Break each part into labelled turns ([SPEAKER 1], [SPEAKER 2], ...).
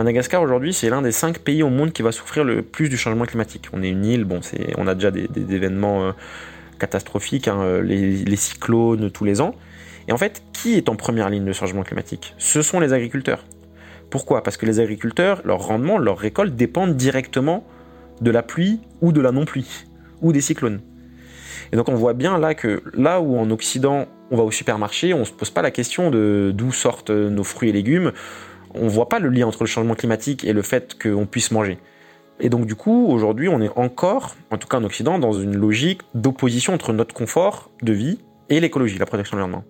[SPEAKER 1] Madagascar, aujourd'hui, c'est l'un des 5 pays au monde qui va souffrir le plus du changement climatique. On est une île, on a déjà des événements catastrophiques, les cyclones tous les ans. Et en fait, qui est en première ligne de changement climatique ? Ce sont les agriculteurs. Pourquoi ? Parce que les agriculteurs, leur rendement, leur récolte dépendent directement de la pluie ou de la non-pluie, ou des cyclones. Et donc on voit bien là où en Occident, on va au supermarché, on ne se pose pas la question de d'où sortent nos fruits et légumes, on ne voit pas le lien entre le changement climatique et le fait qu'on puisse manger. Et donc du coup, aujourd'hui, on est encore, en tout cas en Occident, dans une logique d'opposition entre notre confort de vie et l'écologie, la protection de l'environnement.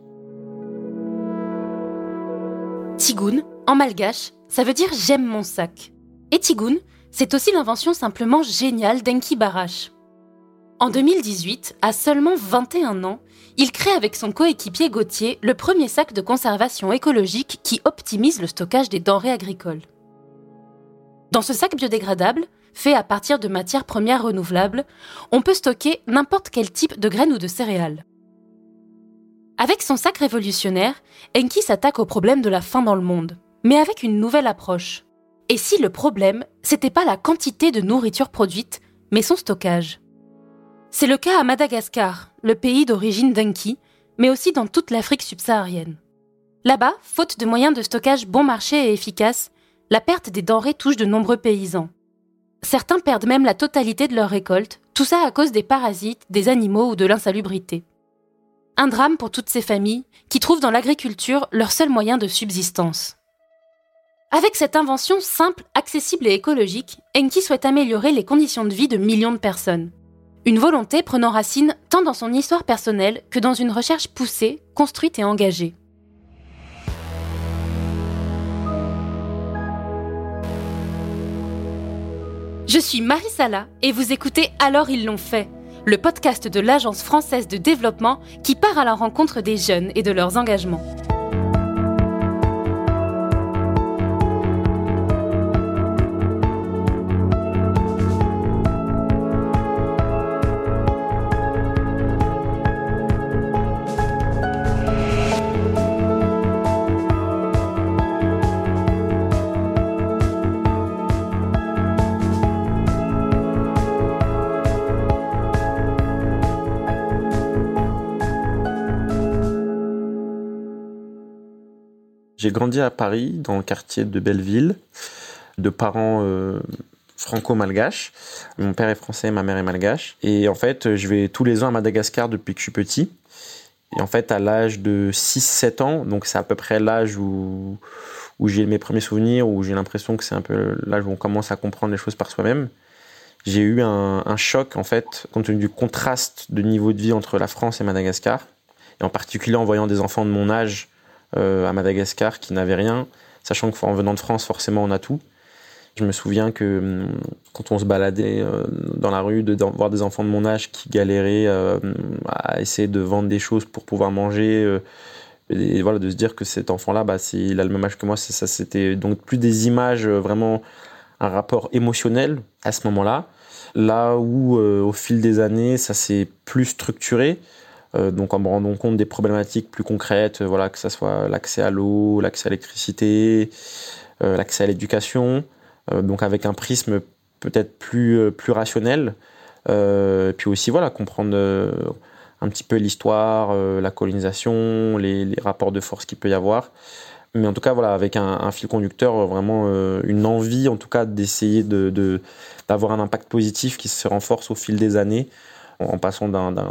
[SPEAKER 2] Tigoun, en malgache, ça veut dire « j'aime mon sac ». Et Tigoun, c'est aussi l'invention simplement géniale d'Enki Barash. En 2018, à seulement 21 ans, il crée avec son coéquipier Gauthier le premier sac de conservation écologique qui optimise le stockage des denrées agricoles. Dans ce sac biodégradable, fait à partir de matières premières renouvelables, on peut stocker n'importe quel type de graines ou de céréales. Avec son sac révolutionnaire, Enki s'attaque au problème de la faim dans le monde, mais avec une nouvelle approche. Et si le problème, c'était pas la quantité de nourriture produite, mais son stockage ? C'est le cas à Madagascar, le pays d'origine d'Enki, mais aussi dans toute l'Afrique subsaharienne. Là-bas, faute de moyens de stockage bon marché et efficaces, la perte des denrées touche de nombreux paysans. Certains perdent même la totalité de leur récolte, tout ça à cause des parasites, des animaux ou de l'insalubrité. Un drame pour toutes ces familles qui trouvent dans l'agriculture leur seul moyen de subsistance. Avec cette invention simple, accessible et écologique, Enki souhaite améliorer les conditions de vie de millions de personnes. Une volonté prenant racine tant dans son histoire personnelle que dans une recherche poussée, construite et engagée. Je suis Marie Sala et vous écoutez Alors ils l'ont fait, le podcast de l'Agence française de développement qui part à la rencontre des jeunes et de leurs engagements.
[SPEAKER 1] J'ai grandi à Paris, dans le quartier de Belleville, de parents franco-malgaches. Mon père est français, ma mère est malgache. Et en fait, je vais tous les ans à Madagascar depuis que je suis petit. Et en fait, à l'âge de 6-7 ans, donc c'est à peu près l'âge où j'ai mes premiers souvenirs, où j'ai l'impression que c'est un peu l'âge où on commence à comprendre les choses par soi-même. J'ai eu un choc, en fait, compte tenu du contraste de niveau de vie entre la France et Madagascar. Et en particulier en voyant des enfants de mon âge à Madagascar qui n'avaient rien, sachant qu'en venant de France, forcément, on a tout. Je me souviens que quand on se baladait dans la rue, de voir des enfants de mon âge qui galéraient à essayer de vendre des choses pour pouvoir manger, et voilà, de se dire que cet enfant-là, il a le même âge que moi, ça, c'était donc plus des images, vraiment un rapport émotionnel à ce moment-là. Là où, au fil des années, ça s'est plus structuré, donc en me rendant compte des problématiques plus concrètes, voilà, que ce soit l'accès à l'eau, l'accès à l'électricité, l'accès à l'éducation, donc avec un prisme peut-être plus rationnel, puis aussi voilà, comprendre un petit peu l'histoire, la colonisation, les rapports de force qu'il peut y avoir. Mais en tout cas, voilà, avec un fil conducteur, vraiment une envie, en tout cas, d'essayer d'avoir un impact positif qui se renforce au fil des années, en passant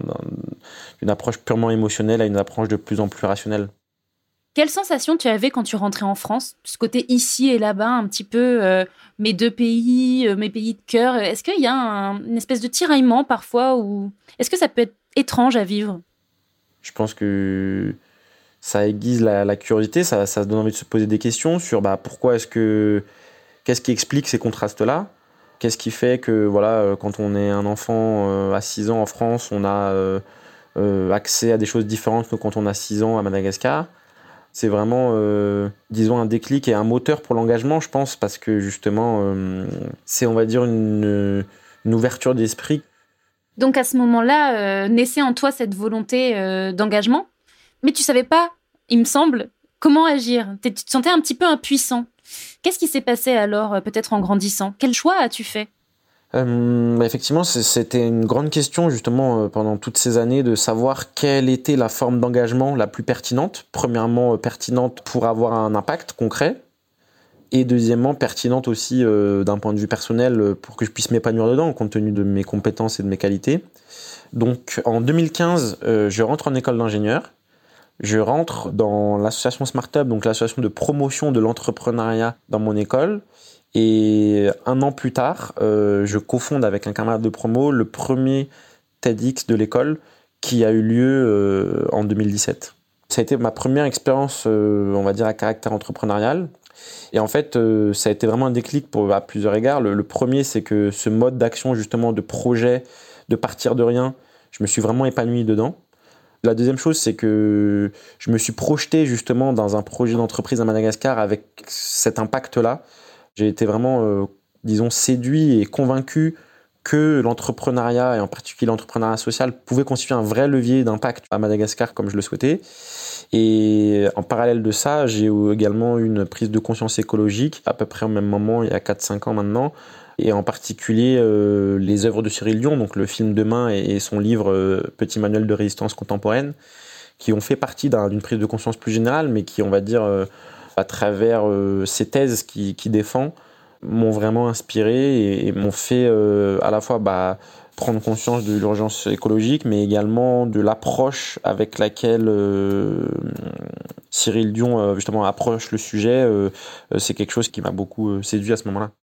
[SPEAKER 1] d'une approche purement émotionnelle à une approche de plus en plus rationnelle.
[SPEAKER 2] Quelle sensation tu avais quand tu rentrais en France ? Ce côté ici et là-bas, un petit peu mes deux pays, mes pays de cœur. Est-ce qu'il y a une espèce de tiraillement parfois ou est-ce que ça peut être étrange à vivre ?
[SPEAKER 1] Je pense que ça aiguise la curiosité, ça donne envie de se poser des questions sur pourquoi qu'est-ce qui explique ces contrastes-là ? Qu'est-ce qui fait que voilà, quand on est un enfant à 6 ans en France, on a accès à des choses différentes que quand on a 6 ans à Madagascar ? C'est vraiment, disons, un déclic et un moteur pour l'engagement, je pense, parce que justement, c'est, on va dire, une ouverture d'esprit.
[SPEAKER 2] Donc à ce moment-là, naissait en toi cette volonté d'engagement, mais tu savais pas, il me semble, comment agir. Tu te sentais un petit peu impuissant. Qu'est-ce qui s'est passé alors, peut-être en grandissant ? Quel choix as-tu fait ?
[SPEAKER 1] Effectivement, c'était une grande question justement pendant toutes ces années de savoir quelle était la forme d'engagement la plus pertinente. Premièrement, pertinente pour avoir un impact concret et deuxièmement, pertinente aussi d'un point de vue personnel pour que je puisse m'épanouir dedans compte tenu de mes compétences et de mes qualités. Donc en 2015, je rentre en école d'ingénieur. Je rentre dans l'association SmartUp, donc l'association de promotion de l'entrepreneuriat dans mon école. Et un an plus tard, je cofonde avec un camarade de promo le premier TEDx de l'école qui a eu lieu en 2017. Ça a été ma première expérience, on va dire, à caractère entrepreneurial. Et en fait, ça a été vraiment un déclic à plusieurs égards. Le premier, c'est que ce mode d'action, justement, de projet, de partir de rien, je me suis vraiment épanoui dedans. La deuxième chose, c'est que je me suis projeté justement dans un projet d'entreprise à Madagascar avec cet impact-là. J'ai été vraiment, séduit et convaincu que l'entrepreneuriat, et en particulier l'entrepreneuriat social, pouvait constituer un vrai levier d'impact à Madagascar comme je le souhaitais. Et en parallèle de ça, j'ai également eu une prise de conscience écologique, à peu près au même moment, il y a 4-5 ans maintenant, et en particulier les œuvres de Cyril Dion, donc le film Demain et son livre Petit manuel de résistance contemporaine, qui ont fait partie d'une prise de conscience plus générale, mais qui, on va dire, à travers ces thèses qu'il défend, m'ont vraiment inspiré et m'ont fait à la fois prendre conscience de l'urgence écologique, mais également de l'approche avec laquelle Cyril Dion justement approche le sujet. C'est quelque chose qui m'a beaucoup séduit à ce moment-là.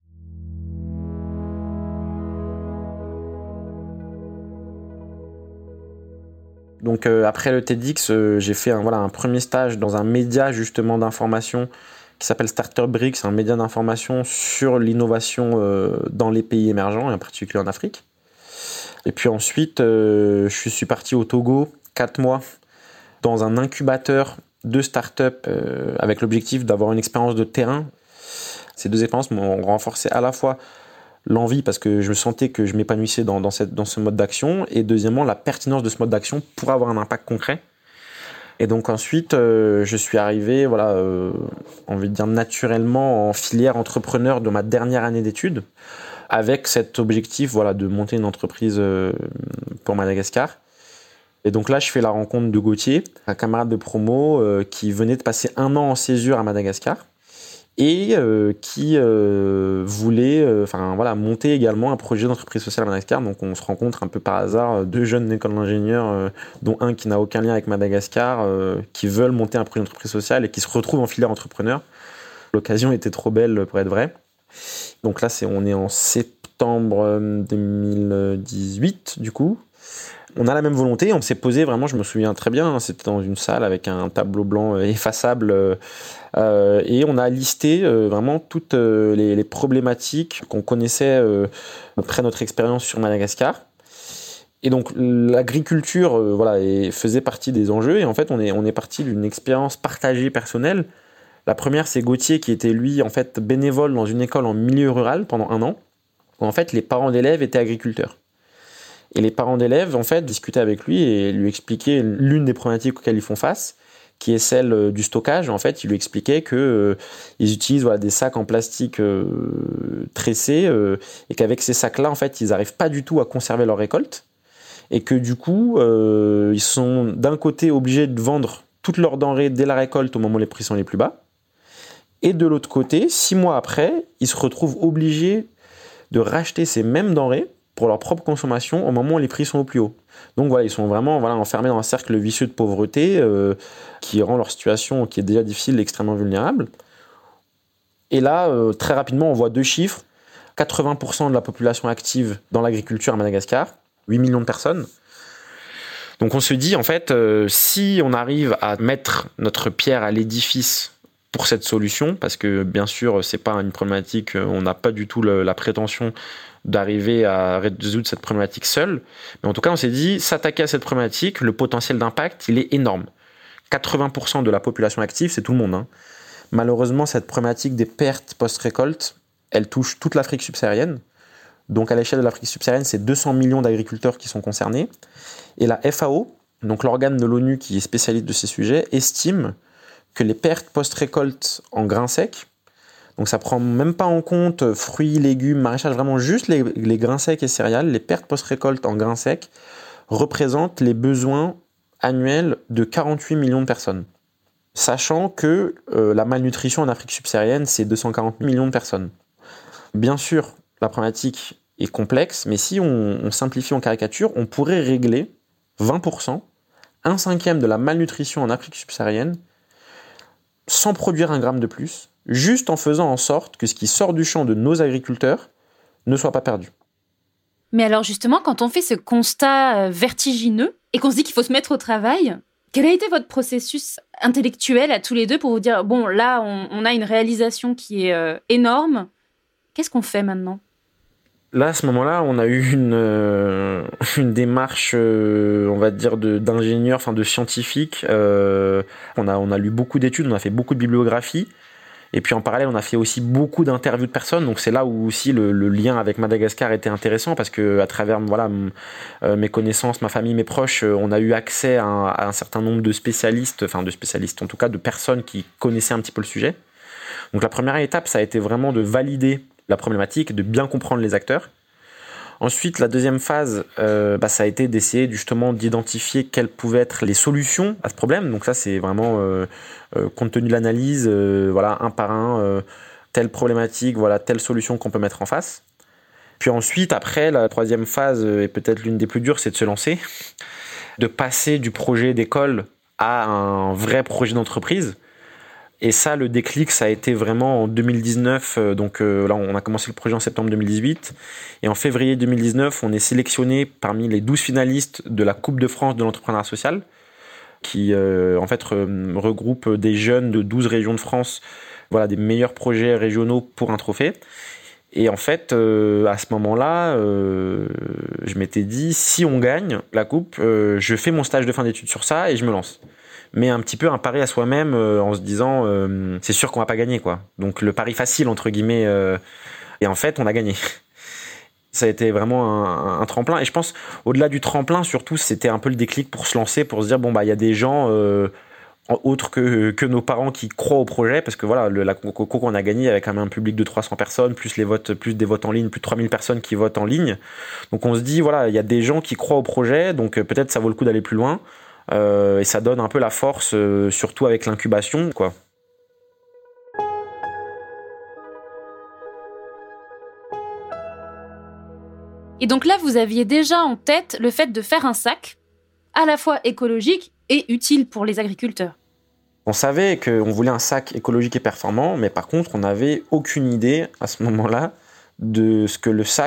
[SPEAKER 1] Donc après le TEDx, j'ai fait un premier stage dans un média justement d'information qui s'appelle Starter Bricks, un média d'information sur l'innovation dans les pays émergents et en particulier en Afrique. Et puis ensuite, je suis parti au Togo 4 mois dans un incubateur de start-up avec l'objectif d'avoir une expérience de terrain. Ces deux expériences m'ont renforcé à la fois l'envie parce que je sentais que je m'épanouissais dans ce mode d'action et deuxièmement la pertinence de ce mode d'action pour avoir un impact concret. Et donc ensuite je suis arrivé on va dire naturellement en filière entrepreneur de ma dernière année d'études avec cet objectif de monter une entreprise pour Madagascar. Et donc là je fais la rencontre de Gauthier, un camarade de promo qui venait de passer 1 an en césure à Madagascar et qui voulait monter également un projet d'entreprise sociale à Madagascar. Donc on se rencontre un peu par hasard, 2 jeunes d'école d'ingénieurs, dont un qui n'a aucun lien avec Madagascar, qui veulent monter un projet d'entreprise sociale et qui se retrouvent en filière entrepreneur. L'occasion était trop belle pour être vraie. Donc là, on est en septembre 2018 du coup. On a la même volonté, on s'est posé vraiment, je me souviens très bien, c'était dans une salle avec un tableau blanc effaçable et on a listé vraiment toutes les problématiques qu'on connaissait après notre expérience sur Madagascar. Et donc l'agriculture faisait partie des enjeux et en fait on est parti d'une expérience partagée personnelle. La première, c'est Gauthier qui était lui en fait bénévole dans une école en milieu rural pendant 1 an où en fait les parents d'élèves étaient agriculteurs. Et les parents d'élèves, en fait, discutaient avec lui et lui expliquaient l'une des problématiques auxquelles ils font face, qui est celle du stockage. En fait, il lui expliquait qu'ils utilisent des sacs en plastique tressés et qu'avec ces sacs-là, en fait, ils n'arrivent pas du tout à conserver leur récolte et que du coup, ils sont d'un côté obligés de vendre toutes leurs denrées dès la récolte au moment où les prix sont les plus bas et de l'autre côté, 6 mois après, ils se retrouvent obligés de racheter ces mêmes denrées pour leur propre consommation au moment où les prix sont au plus haut. Donc ils sont vraiment enfermés dans un cercle vicieux de pauvreté qui rend leur situation, qui est déjà difficile, extrêmement vulnérable. Et là, très rapidement, on voit 2 chiffres. 80% de la population active dans l'agriculture à Madagascar, 8 millions de personnes. Donc on se dit, en fait, si on arrive à mettre notre pierre à l'édifice pour cette solution, parce que bien sûr, c'est pas une problématique, on n'a pas du tout la prétention d'arriver à résoudre cette problématique seule. Mais en tout cas, on s'est dit, s'attaquer à cette problématique, le potentiel d'impact, il est énorme. 80% de la population active, c'est tout le monde. Malheureusement, cette problématique des pertes post-récolte, elle touche toute l'Afrique subsaharienne. Donc à l'échelle de l'Afrique subsaharienne, c'est 200 millions d'agriculteurs qui sont concernés. Et la FAO, donc l'organe de l'ONU qui est spécialiste de ces sujets, estime que les pertes post-récolte en grains secs Donc ça prend même pas en compte fruits, légumes, maraîchage, vraiment juste les grains secs et céréales. Les pertes post-récolte en grains secs représentent les besoins annuels de 48 millions de personnes. Sachant que la malnutrition en Afrique subsaharienne, c'est 240 millions de personnes. Bien sûr, la problématique est complexe, mais si on simplifie en caricature, on pourrait régler 20%, un cinquième de la malnutrition en Afrique subsaharienne, sans produire un gramme de plus, juste en faisant en sorte que ce qui sort du champ de nos agriculteurs ne soit pas perdu.
[SPEAKER 2] Mais alors justement, quand on fait ce constat vertigineux et qu'on se dit qu'il faut se mettre au travail, quel a été votre processus intellectuel à tous les deux pour vous dire, bon, là, on a une réalisation qui est énorme, qu'est-ce qu'on fait maintenant ?
[SPEAKER 1] Là, à ce moment-là, on a eu une démarche, on va dire, d'ingénieur, enfin de scientifique. On a lu beaucoup d'études, on a fait beaucoup de bibliographie. Et puis en parallèle, on a fait aussi beaucoup d'interviews de personnes. Donc c'est là où aussi le lien avec Madagascar était intéressant parce que à travers mes connaissances, ma famille, mes proches, on a eu accès à un certain nombre de spécialistes, en tout cas de personnes qui connaissaient un petit peu le sujet. Donc la première étape, ça a été vraiment de valider la problématique, de bien comprendre les acteurs. Ensuite, la deuxième phase, ça a été d'essayer justement d'identifier quelles pouvaient être les solutions à ce problème. Donc ça, c'est vraiment compte tenu de l'analyse, un par un, telle problématique, telle solution qu'on peut mettre en face. Puis ensuite, après, la troisième phase, et peut-être l'une des plus dures, c'est de se lancer, de passer du projet d'école à un vrai projet d'entreprise. Et ça, le déclic, ça a été vraiment en 2019. Là, on a commencé le projet en septembre 2018. Et en février 2019, on est sélectionné parmi les 12 finalistes de la Coupe de France de l'entrepreneuriat social, qui regroupe des jeunes de 12 régions de France, des meilleurs projets régionaux pour un trophée. Et en fait, à ce moment-là, je m'étais dit, si on gagne la Coupe, je fais mon stage de fin d'études sur ça et je me lance. Mais un petit peu un pari à soi-même en se disant c'est sûr qu'on va pas gagner quoi. Donc le pari facile entre guillemets et en fait on a gagné. Ça a été vraiment un tremplin et je pense au-delà du tremplin surtout c'était un peu le déclic pour se lancer, pour se dire il y a des gens autres que nos parents qui croient au projet parce que la concours qu'on a gagné avec quand même un public de 300 personnes plus les votes, plus des votes en ligne, plus de 3000 personnes qui votent en ligne. Donc on se dit il y a des gens qui croient au projet donc peut-être ça vaut le coup d'aller plus loin. Et ça donne un peu la force, surtout avec l'incubation, quoi.
[SPEAKER 2] Et donc là, vous aviez déjà en tête le fait de faire un sac à la fois écologique et utile pour les agriculteurs.
[SPEAKER 1] On savait qu'on voulait un sac écologique et performant, mais par contre, on n'avait aucune idée à ce moment-là de ce que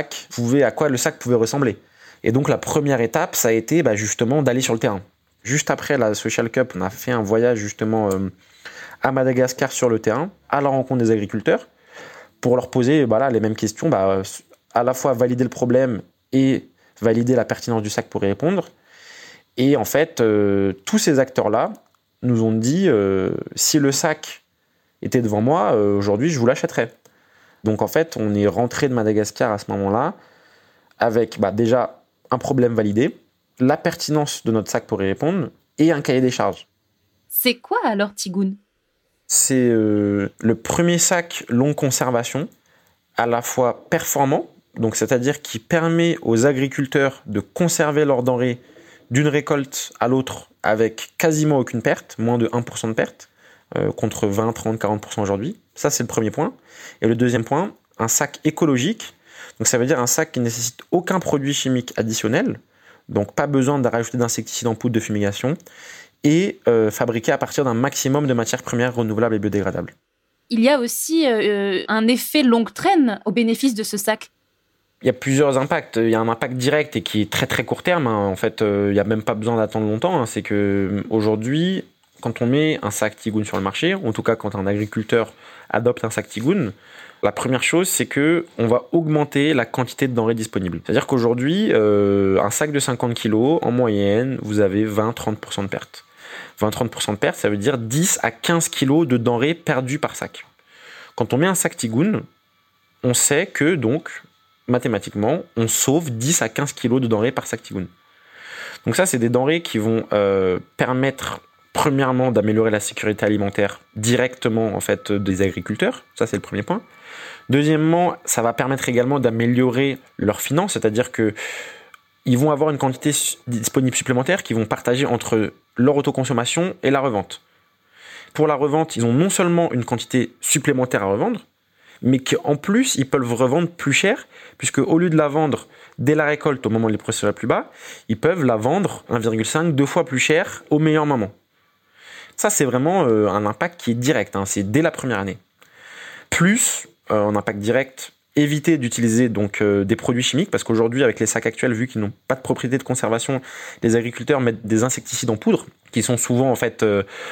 [SPEAKER 1] à quoi le sac pouvait ressembler. Et donc la première étape, ça a été justement d'aller sur le terrain. Juste après la Social Cup, on a fait un voyage justement à Madagascar sur le terrain, à la rencontre des agriculteurs, pour leur poser les mêmes questions, à la fois valider le problème et valider la pertinence du sac pour y répondre. Et en fait, tous ces acteurs-là nous ont dit si le sac était devant moi, aujourd'hui, je vous l'achèterais. Donc en fait, on est rentré de Madagascar à ce moment-là avec déjà un problème validé, la pertinence de notre sac pour y répondre et un cahier des charges.
[SPEAKER 2] C'est quoi alors Tigoun ?
[SPEAKER 1] C'est le premier sac longue conservation, à la fois performant, donc c'est-à-dire qui permet aux agriculteurs de conserver leurs denrées d'une récolte à l'autre avec quasiment aucune perte, moins de 1% de perte, contre 20, 30, 40% aujourd'hui. Ça, c'est le premier point. Et le deuxième point, un sac écologique. Donc ça veut dire un sac qui ne nécessite aucun produit chimique additionnel, donc pas besoin de rajouter d'insecticides en poudre de fumigation, et fabriqué à partir d'un maximum de matières premières renouvelables et biodégradables.
[SPEAKER 2] Il y a aussi un effet longue traîne au bénéfice de ce sac.
[SPEAKER 1] Il y a plusieurs impacts. Il y a un impact direct et qui est très très court terme. En fait, il n'y a même pas besoin d'attendre longtemps. C'est qu'aujourd'hui, quand on met un sac Tigoun sur le marché, en tout cas quand un agriculteur adopte un sac Tigoun, la première chose, c'est qu'on va augmenter la quantité de denrées disponibles. C'est-à-dire qu'aujourd'hui, un sac de 50 kg, en moyenne, vous avez 20-30% de perte. 20-30% de perte, ça veut dire 10 à 15 kg de denrées perdues par sac. Quand on met un sac Tigoun, on sait que, donc, mathématiquement, on sauve 10 à 15 kg de denrées par sac Tigoun. Donc ça, c'est des denrées qui vont permettre premièrement d'améliorer la sécurité alimentaire directement en fait des agriculteurs, ça c'est le premier point. Deuxièmement, ça va permettre également d'améliorer leurs finances, c'est-à-dire que ils vont avoir une quantité disponible supplémentaire qu'ils vont partager entre leur autoconsommation et la revente. Pour la revente, ils ont non seulement une quantité supplémentaire à revendre, mais qu'en plus, ils peuvent revendre plus cher, puisque au lieu de la vendre dès la récolte au moment où les prix sont le plus bas, ils peuvent la vendre 1,5, 2 fois plus cher au meilleur moment. Ça, c'est vraiment un impact qui est direct, c'est dès la première année. Plus, un impact direct, éviter d'utiliser donc des produits chimiques, parce qu'aujourd'hui, avec les sacs actuels, vu qu'ils n'ont pas de propriété de conservation, les agriculteurs mettent des insecticides en poudre, qui sont souvent en fait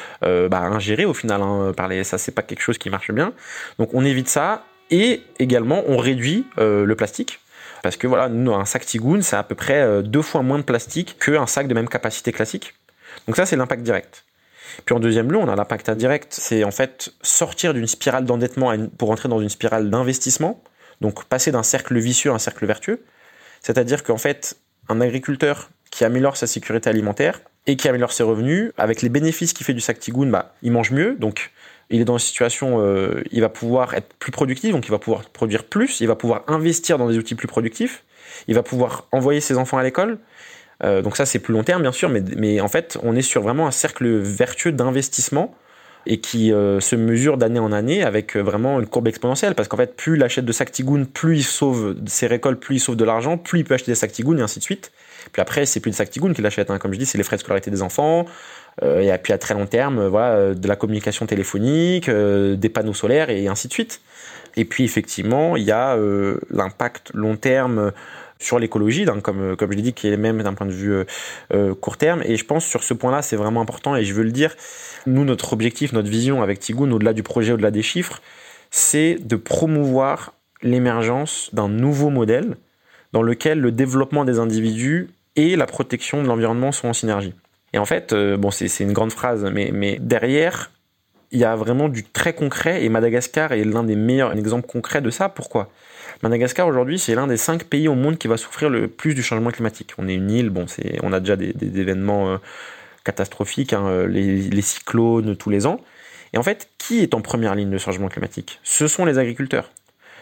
[SPEAKER 1] ingérés au final ça, c'est pas quelque chose qui marche bien. Donc on évite ça, et également on réduit le plastique. Parce que voilà, nous, un sac Tigoun, c'est à peu près 2 fois moins de plastique qu'un sac de même capacité classique. Donc ça, c'est l'impact direct. Puis en deuxième lieu, on a l'impact indirect, c'est en fait sortir d'une spirale d'endettement pour entrer dans une spirale d'investissement, donc passer d'un cercle vicieux à un cercle vertueux. C'est-à-dire qu'en fait, un agriculteur qui améliore sa sécurité alimentaire et qui améliore ses revenus, avec les bénéfices qu'il fait du sac Tigoun, il mange mieux, donc il est dans une situation, il va pouvoir être plus productif, donc il va pouvoir produire plus, il va pouvoir investir dans des outils plus productifs, il va pouvoir envoyer ses enfants à l'école. Donc ça, c'est plus long terme, bien sûr, mais en fait, on est sur vraiment un cercle vertueux d'investissement et qui se mesure d'année en année avec vraiment une courbe exponentielle. Parce qu'en fait, plus il achète de sacs Tigoun, plus il sauve ses récoltes, plus il sauve de l'argent, plus il peut acheter des sacs Tigoun et ainsi de suite. Puis après, c'est plus des sacs Tigoun qu'il achète. Comme je dis, c'est les frais de scolarité des enfants. Et puis à très long terme, de la communication téléphonique, des panneaux solaires et ainsi de suite. Et puis effectivement, il y a l'impact long terme sur l'écologie, comme je l'ai dit, qui est même d'un point de vue court terme. Et je pense sur ce point-là, c'est vraiment important et je veux le dire. Nous, notre objectif, notre vision avec Tigoun, au-delà du projet, au-delà des chiffres, c'est de promouvoir l'émergence d'un nouveau modèle dans lequel le développement des individus et la protection de l'environnement sont en synergie. Et en fait, c'est une grande phrase, mais derrière, il y a vraiment du très concret et Madagascar est l'un des meilleurs exemples concrets de ça. Pourquoi ? Madagascar, aujourd'hui, c'est l'un des 5 pays au monde qui va souffrir le plus du changement climatique. On est une île, on a déjà des événements catastrophiques, les cyclones tous les ans. Et en fait, qui est en première ligne de changement climatique ? Ce sont les agriculteurs. Pourquoi ?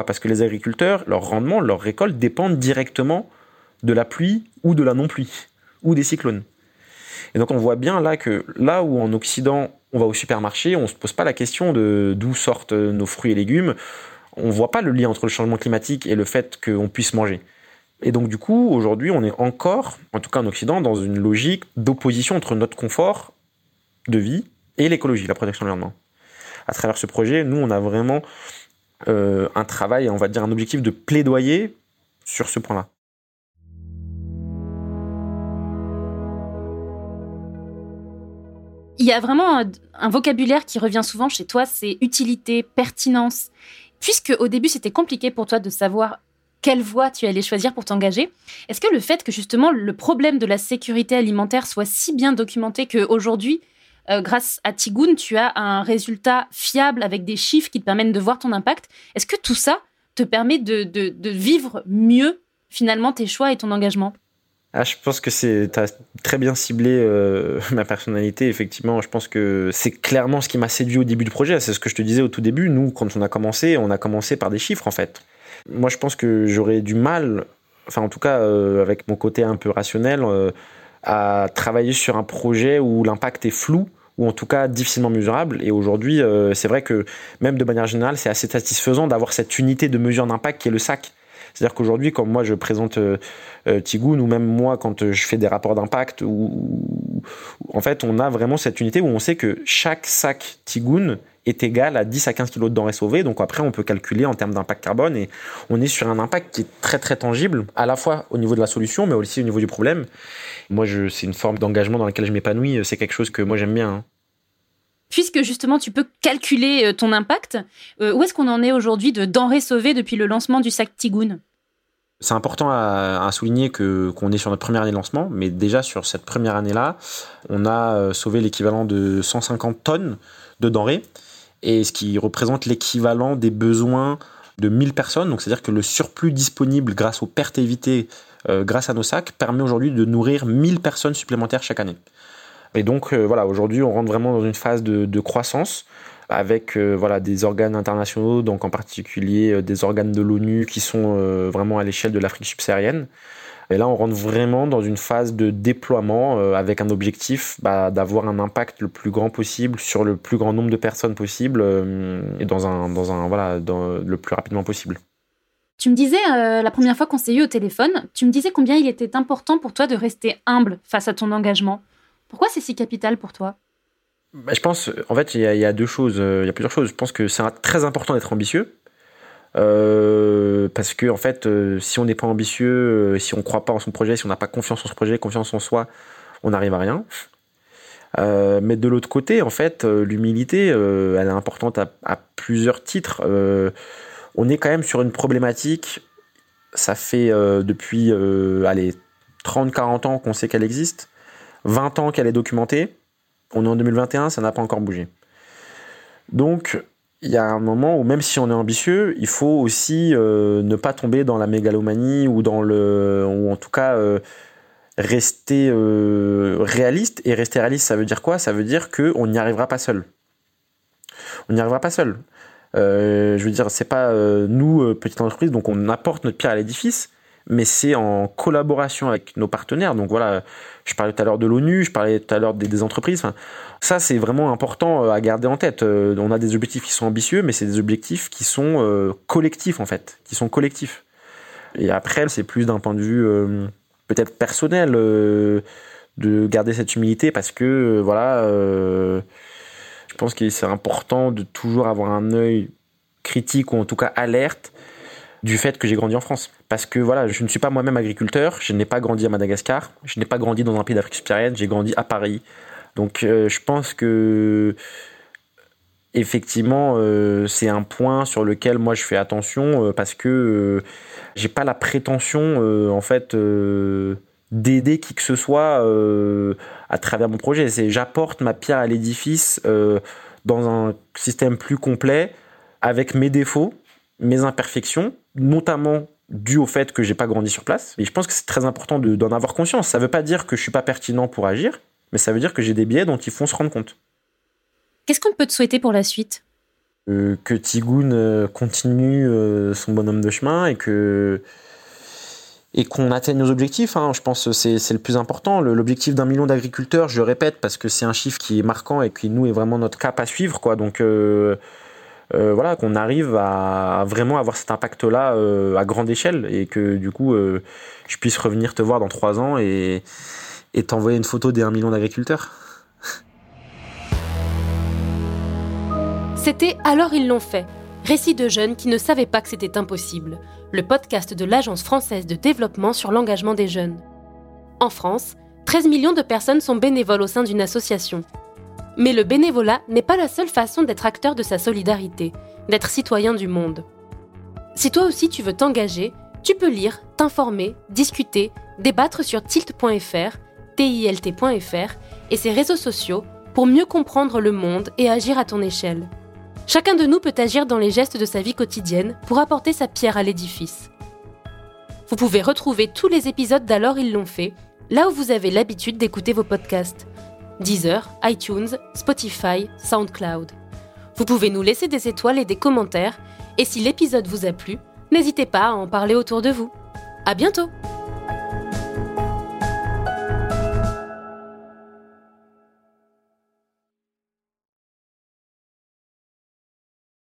[SPEAKER 1] Parce que les agriculteurs, leur rendement, leur récolte dépendent directement de la pluie ou de la non-pluie, ou des cyclones. Et donc on voit bien là où en Occident, on va au supermarché, on ne se pose pas la question de d'où sortent nos fruits et légumes. On ne voit pas le lien entre le changement climatique et le fait qu'on puisse manger. Et donc du coup, aujourd'hui, on est encore, en tout cas en Occident, dans une logique d'opposition entre notre confort de vie et l'écologie, la protection de l'environnement. À travers ce projet, nous, on a vraiment un travail, on va dire un objectif de plaidoyer sur ce point-là.
[SPEAKER 2] Il y a vraiment un vocabulaire qui revient souvent chez toi, c'est utilité, pertinence. Puisque au début, c'était compliqué pour toi de savoir quelle voie tu allais choisir pour t'engager, est-ce que le fait que justement le problème de la sécurité alimentaire soit si bien documenté qu'aujourd'hui, grâce à Tigoun, tu as un résultat fiable avec des chiffres qui te permettent de voir ton impact, est-ce que tout ça te permet de vivre mieux finalement tes choix et ton engagement ?
[SPEAKER 1] Je pense que t'as très bien ciblé ma personnalité. Effectivement, je pense que c'est clairement ce qui m'a séduit au début du projet. C'est ce que je te disais au tout début. Nous, quand on a commencé par des chiffres, en fait. Moi, je pense que j'aurais du mal, enfin, en tout cas, avec mon côté un peu rationnel, à travailler sur un projet où l'impact est flou, ou en tout cas difficilement mesurable. Et aujourd'hui, c'est vrai que même de manière générale, c'est assez satisfaisant d'avoir cette unité de mesure d'impact qui est le SAC. C'est-à-dire qu'aujourd'hui, quand moi je présente Tigoun, ou même moi quand je fais des rapports d'impact, en fait, on a vraiment cette unité où on sait que chaque sac Tigoun est égal à 10 à 15 kilos de denrées sauvées. Donc après, on peut calculer en termes d'impact carbone et on est sur un impact qui est très très tangible, à la fois au niveau de la solution, mais aussi au niveau du problème. Moi, c'est une forme d'engagement dans laquelle je m'épanouis. C'est quelque chose que moi j'aime bien.
[SPEAKER 2] Puisque justement tu peux calculer ton impact, où est-ce qu'on en est aujourd'hui de denrées sauvées depuis le lancement du sac Tigoun ?
[SPEAKER 1] C'est important à souligner qu'on est sur notre première année de lancement, mais déjà sur cette première année-là, on a sauvé l'équivalent de 150 tonnes de denrées, et ce qui représente l'équivalent des besoins de 1000 personnes. Donc c'est-à-dire que le surplus disponible grâce aux pertes évitées grâce à nos sacs permet aujourd'hui de nourrir 1000 personnes supplémentaires chaque année. Et donc voilà, aujourd'hui on rentre vraiment dans une phase de croissance avec des organes internationaux, donc en particulier des organes de l'ONU qui sont vraiment à l'échelle de l'Afrique subsaharienne. Et là, on rentre vraiment dans une phase de déploiement avec un objectif d'avoir un impact le plus grand possible sur le plus grand nombre de personnes possible et dans le plus rapidement possible.
[SPEAKER 3] Tu me disais, la première fois qu'on s'est eu au téléphone, tu me disais combien il était important pour toi de rester humble face à ton engagement. Pourquoi c'est si capital pour toi ?
[SPEAKER 1] Je pense, en fait, il y a deux choses, il y a plusieurs choses. Je pense que c'est très important d'être ambitieux. Parce que en fait, si on n'est pas ambitieux, si on croit pas en son projet, si on n'a pas confiance en son projet, confiance en soi, on n'arrive à rien. Mais de l'autre côté, en fait, l'humilité, elle est importante à plusieurs titres. On est quand même sur une problématique. Ça fait depuis 30-40 ans qu'on sait qu'elle existe, 20 ans qu'elle est documentée. On est en 2021, ça n'a pas encore bougé. Donc il y a un moment où même si on est ambitieux, il faut aussi ne pas tomber dans la mégalomanie ou ou en tout cas rester réaliste. Et rester réaliste, ça veut dire quoi ? Ça veut dire qu'on n'y arrivera pas seul. On n'y arrivera pas seul. Je veux dire, c'est pas nous, petite entreprise, donc on apporte notre pierre à l'édifice, mais c'est en collaboration avec nos partenaires. Donc voilà, je parlais tout à l'heure de l'ONU, je parlais tout à l'heure des entreprises. Enfin, ça, c'est vraiment important à garder en tête. On a des objectifs qui sont ambitieux, mais c'est des objectifs qui sont collectifs, en fait, qui sont collectifs. Et après, c'est plus d'un point de vue peut-être personnel de garder cette humilité parce que, je pense que c'est important de toujours avoir un œil critique ou en tout cas alerte du fait que j'ai grandi en France. Parce que voilà, je ne suis pas moi-même agriculteur, je n'ai pas grandi à Madagascar, je n'ai pas grandi dans un pays d'Afrique subsaharienne, j'ai grandi à Paris. Donc je pense que effectivement c'est un point sur lequel moi je fais attention parce que j'ai pas la prétention en fait d'aider qui que ce soit à travers mon projet. J'apporte ma pierre à l'édifice dans un système plus complet avec mes défauts, mes imperfections, notamment dû au fait que j'ai pas grandi sur place. Et je pense que c'est très important d'en avoir conscience. Ça veut pas dire que je suis pas pertinent pour agir, mais ça veut dire que j'ai des biais dont il faut se rendre compte.
[SPEAKER 3] Qu'est-ce qu'on peut te souhaiter pour la suite ?
[SPEAKER 1] Que Tigoun continue son bonhomme de chemin et qu'on atteigne nos objectifs. Je pense que c'est le plus important. L'objectif d'1 million d'agriculteurs, je le répète, parce que c'est un chiffre qui est marquant et qui, nous, est vraiment notre cap à suivre, quoi. Donc, qu'on arrive à vraiment avoir cet impact-là à grande échelle et que, du coup, je puisse revenir te voir dans 3 ans et t'envoyer une photo des 1 million d'agriculteurs.
[SPEAKER 2] C'était Alors ils l'ont fait, récit de jeunes qui ne savaient pas que c'était impossible, le podcast de l'Agence française de développement sur l'engagement des jeunes. En France, 13 millions de personnes sont bénévoles au sein d'une association. Mais le bénévolat n'est pas la seule façon d'être acteur de sa solidarité, d'être citoyen du monde. Si toi aussi tu veux t'engager, tu peux lire, t'informer, discuter, débattre sur tilt.fr, tilt.fr et ses réseaux sociaux pour mieux comprendre le monde et agir à ton échelle. Chacun de nous peut agir dans les gestes de sa vie quotidienne pour apporter sa pierre à l'édifice. Vous pouvez retrouver tous les épisodes d'Alors ils l'ont fait, là où vous avez l'habitude d'écouter vos podcasts. Deezer, iTunes, Spotify, SoundCloud. Vous pouvez nous laisser des étoiles et des commentaires, et si l'épisode vous a plu, n'hésitez pas à en parler autour de vous. À bientôt!